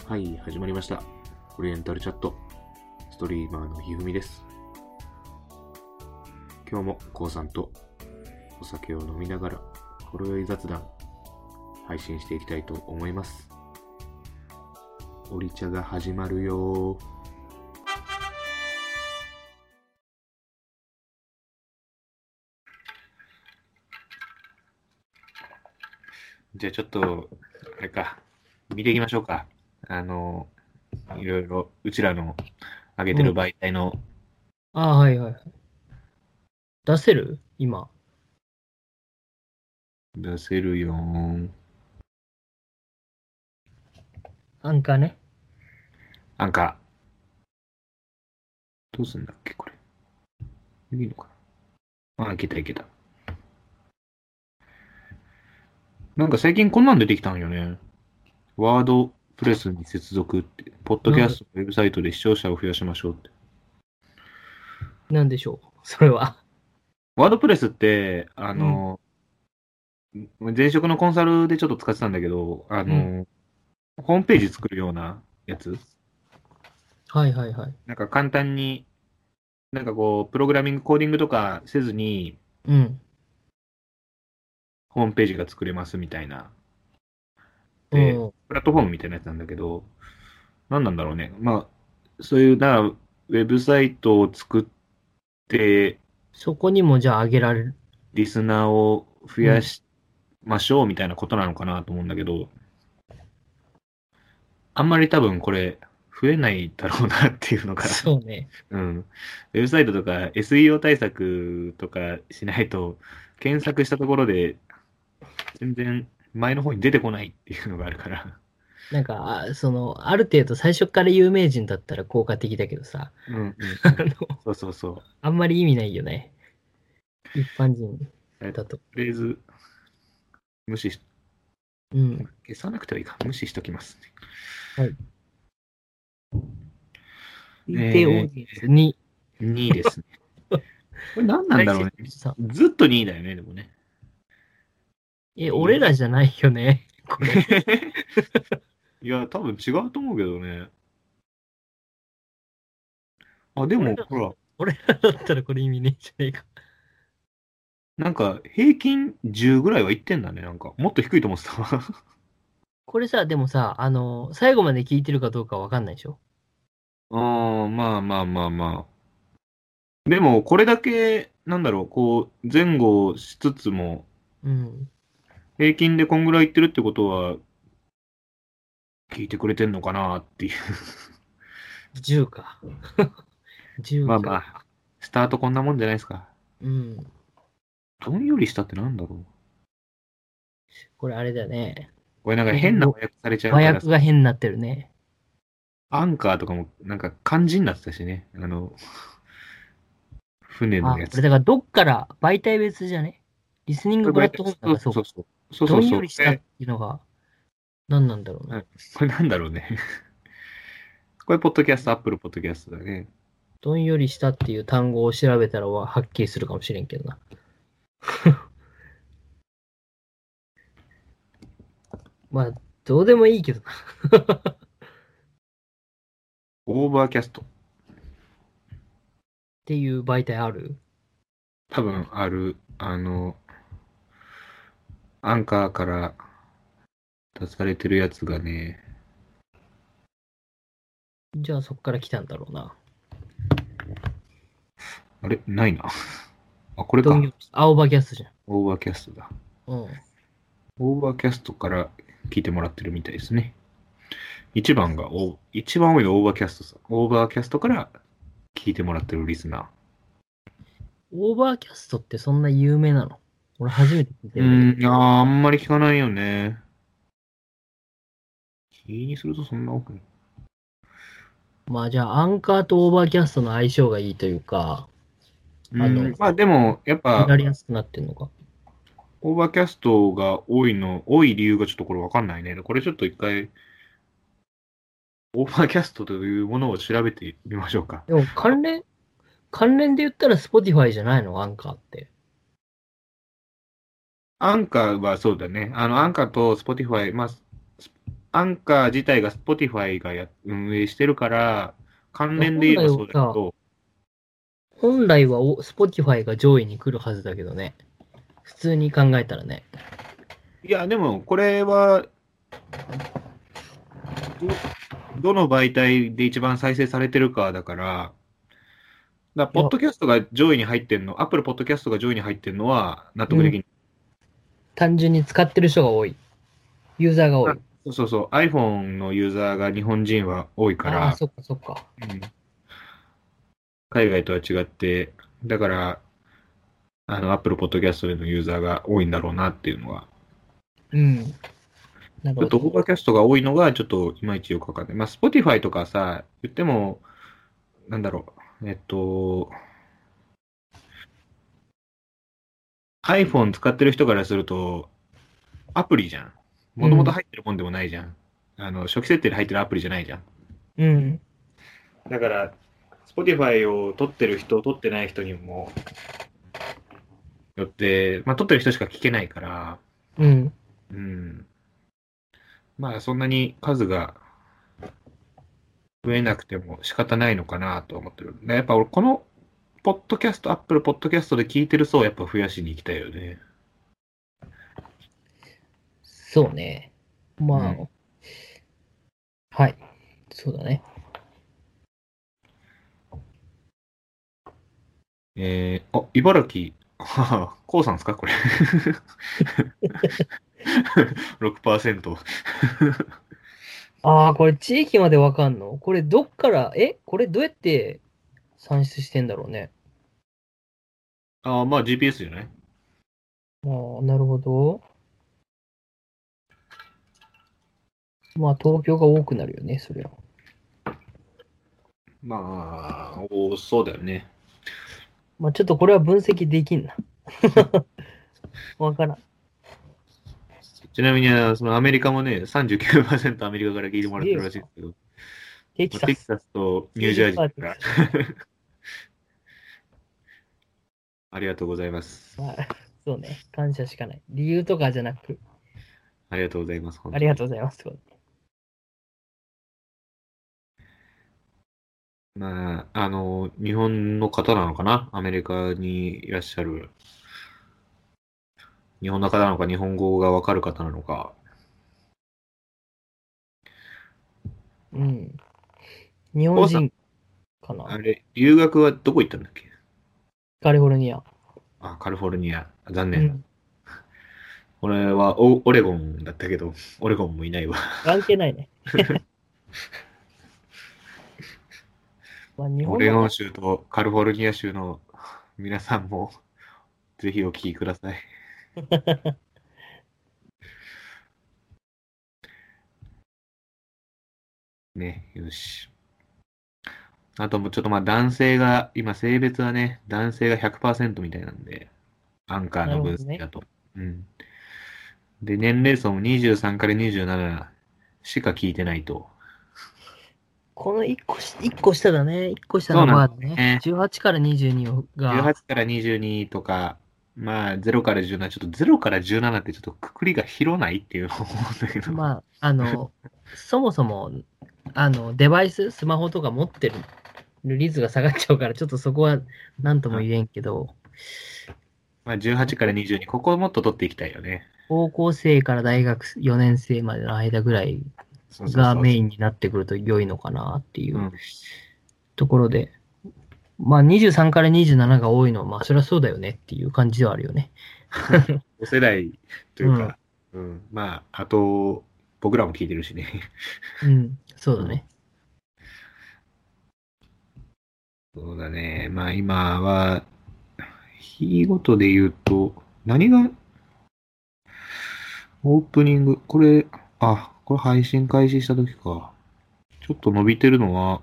はい、始まりました。オリエンタルチャット。ストリーマーのひふみです。今日もこうさんとお酒を飲みながらほろ酔い雑談配信していきたいと思います。オリ茶が始まるよー。じゃあちょっと、あれか、見ていきましょうか。いろいろ、うちらの上げてる媒体の、 ああ、はいはい。出せる今。 出せるよーん。 アンカーね。 なんか、どうすんだっけ、これ。いいのかな。あ、いけたいけた。なんか最近こんなん出てきたんよね。ワードプレスに接続って、ポッドキャストのウェブサイトで視聴者を増やしましょうって。 なんでしょうそれは。 ワードプレスって、 うん。 前職のコンサルでちょっと使ってたんだけど、 うん。 ホームページ作るようなやつ。 はいはいはい。 なんか簡単に、なんかこう、プログラミング、コーディングとかせずに、 うん。 ホームページが作れますみたいな。で、 うん。 プラットフォームみたいなやつなんだけど、何なんだろうね。まあ、そういう、ウェブサイトを作って、 そこにもじゃあ上げられる。 リスナーを増うん。 やしましょうみたいなことなのかなと思うんだけど、あんまり多分これ、増えないだろうなっていうのが、 そうね。 うん。ウェブサイトとか SEO 対策とかしないと、検索したところで、全然前の方に出てこないっていうのがあるから。 なんか、ある程度最初から有名人だったら効果的だけどさ、 うんうんあうん。 の、 そうそうそあんまり意味ないよね。一般人う。とだと。 りあえず、無視し、 うん。 消さなくてはいいか。無視しときます。 はい。推定オーえディエンスに、 2位ですね。これ何なん大事だろうね。 さ。 ずっと2位だよね、でもね。 俺らじゃないよね。これ。 いや、多分違うと思うけどね。あ、でも、 俺らだ、 ほら、 俺らだったらこれ意味ねえじゃねえか。 なんか、平均10ぐらいはいってんだね。なんか、もっと低いと思ってたわ。 これさ、でもさ、最後まで聞いてるかどうかわかんないでしょ？ ああ、まあまあまあまあ。でも、これだけ、なんだろう、こう、前後しつつも、 うん。 平均でこんぐらいいってるってことは、聞いてくれてんのかなっていう。 10か。10か。 まあまあ、スタートこんなもんじゃないですか。 うん。 どんよりしたってなんだろう。 これあれだよね。 これなんか英語、 変な和訳されちゃう和からさ、 訳が変になってるね。 アンカーとかもなんか漢字になってたしね。船のあ、 やつ。 これだからどっから媒体別じゃね？リスニングプラットフォームだからそうか。 そうそうそう。そうそどうそう。 んよりしたっていうのが何なんだろうな。 これなんだろうね。これ、ポッドキャスト、アップルポッドキャストだね。 どんよりしたっていう単語を調べたらはっきりするかもしれんけどな。まあ、どうでもいいけどな。っオーバーキャスト。 ていう媒体ある？ 多分ある、アンカーから出されてるやつがね、 じゃあそっから来たんだろうな。 あれないな。あ、これか。 どんよりした。青葉キャストじゃん。 オーバーキャストだ。 うん。 オーバーキャストから聞いてもらってるみたいですね。一番多いのオーバーキャストさ。オーバーキャストから聞いてもらってるリスナオーバーキャストってそんな有名なの？俺初めて聞いてー。 んだけど。 いやー、あんまり聞かないよね。気にするとそんな多くない。 まあじゃあアンカーとオーバーキャストの相性がいいというか、 まあでも、やっぱ、 見られやすくなってんのか。 オーバーキャストが多い理由がちょっとこれわかんないね。これちょっと一回、オーバーキャストというものを調べてみましょうか。 でも関連で言ったら Spotify じゃないのアンカーって。 アンカーはそうだね。アンカーと Spotify、まあ、 アンカー自体が Spotify が運営してるから、関連で言えばそうだけど、 本来はSpotify が上位に来るはずだけどね。普通に考えたらね。 いや、でもこれは、どの媒体で一番再生されてるかだから、ポッドキャストが上位に入ってんの、Apple ポッドキャストが上位に入ってんのは納得できない。 単純に使ってる人が多い。ユーザーが多い。 そうそうそう、iPhone のユーザーが日本人は多いかああ、 ら、 そっかそっか。 海外とは違って、だから、Apple Podcast でのユーザーが多いんだろうなっていうのは。 うん。なるほど。 ちょっとオーバーキャストが多いのが、ちょっといまいちよくわかんない。まあ、Spotify とかさ、言っても、なんだろう、iPhone 使ってる人からすると、アプリじゃん。もともと入ってるもんでもないじゃん。初期設定で入ってるアプリじゃないじゃん。 うん。 だから、Spotify を撮ってる人、撮ってない人にもよって、まあ、撮ってる人しか聞けないから、 うん。 うん。まあ、そんなに数が増えなくても仕方ないのかなと思ってる。やっぱ俺、このポッドキャスト、Apple ポッドキャストで聞いてる層をやっぱ増やしに行きたいよね。 そうね。まあ、はい。そうだね。 茨城、こうさんですかこれ。6%。 ああ、これ地域までわかんの？これどっから、これどうやって算出してんだろうね。 ああ、まあ GPS じゃない？ ああ、なるほど。まあ東京が多くなるよね、それは。 まあ、そうだよね。 まあちょっとこれは分析できんな。わからん。 ちなみに、そのアメリカもね、39%アメリカから聞いてもらってるらしいですけど、テキテキサス。 サスとニュージャージーから。ありがとうございます。 まあ、そうね。感謝しかない。理由とかじゃなく、 ありがとうございます。 ありがとうございます。 まあ、日本の方なのかなアメリカにいらっしゃる。日本の方なのか、日本語がわかる方なのか。 うん。日本人かな。 あれ、留学はどこ行ったんだっけ？ カリフォルニア。 あ、カリフォルニア。残念。 うん。 俺はオレゴンだったけど、オレゴンもいないわ。 関係ないね。まあ、日オ本の方、 レゴン州とカリフォルニア州の皆さんもぜひお聞きください。ね、よし。あともうちょっとまあ男性が、今性別はね、男性が100%みたいなんで、アンカーの分なるほどね。 析だと。うん。で、年齢層も23から27しか聞いてないと。 この一個下だね。一個下のそうなんでバーだね。 すね。 18から22が、 18から22とか、まあ0から17、ちょっと0から17ってちょっとくくりが広ないっていうのを思うんだけど。 まあ、そもそも、デバイス、スマホとか持ってる率が下がっちゃうから、ちょっとそこは何とも言えんけど、 まあ18から22、ここをもっと取っていきたいよね。 高校生から大学4年生までの間ぐらいがそうそうそう。 メインになってくると良いのかなっていううん。 ところで、まあ23から27が多いのは、まあそりゃそうだよねっていう感じではあるよね。 5世代というか、まあ、あと、僕らも聞いてるしね。 うん、そうだね。 そうだね。まあ今は、日ごとで言うと、何が、オープニング、これ配信開始した時か。ちょっと伸びてるのは、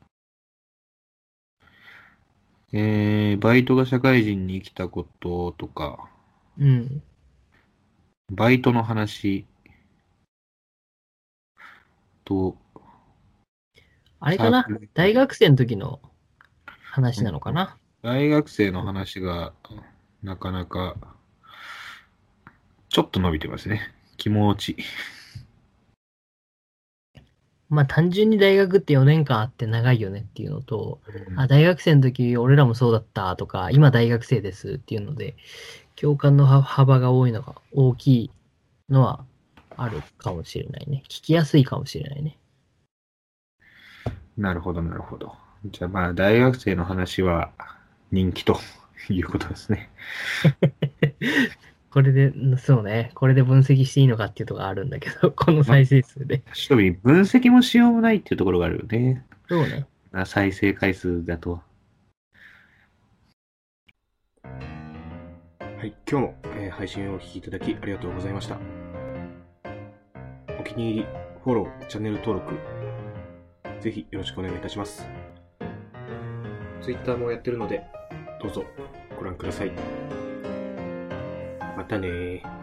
バイトが社会人に来たこととか、 うん。 バイトの話と、 あれかな、大学生の時の話なのかな。 大学生の話が、なかなか、ちょっと伸びてますね。気持ち。 まあ単純に大学って4年間あって長いよねっていうのと、大学生の時俺らもそうだったとか、今大学生ですっていうので、共感の幅が大きいのはあるかもしれないね。聞きやすいかもしれないね。 なるほど、なるほど。じゃあまあ、大学生の話は人気ということですね。 これで、そうね。これで分析していいのかっていうところがあるんだけど、この再生数で。 特に分析もしようもないっていうところがあるよね。 そうね。 再生回数だと。はい、今日も、配信をお聞きいただきありがとうございました。お気に入り、フォロー、チャンネル登録、ぜひよろしくお願いいたします。Twitter もやってるので、どうぞご覧ください。またねー。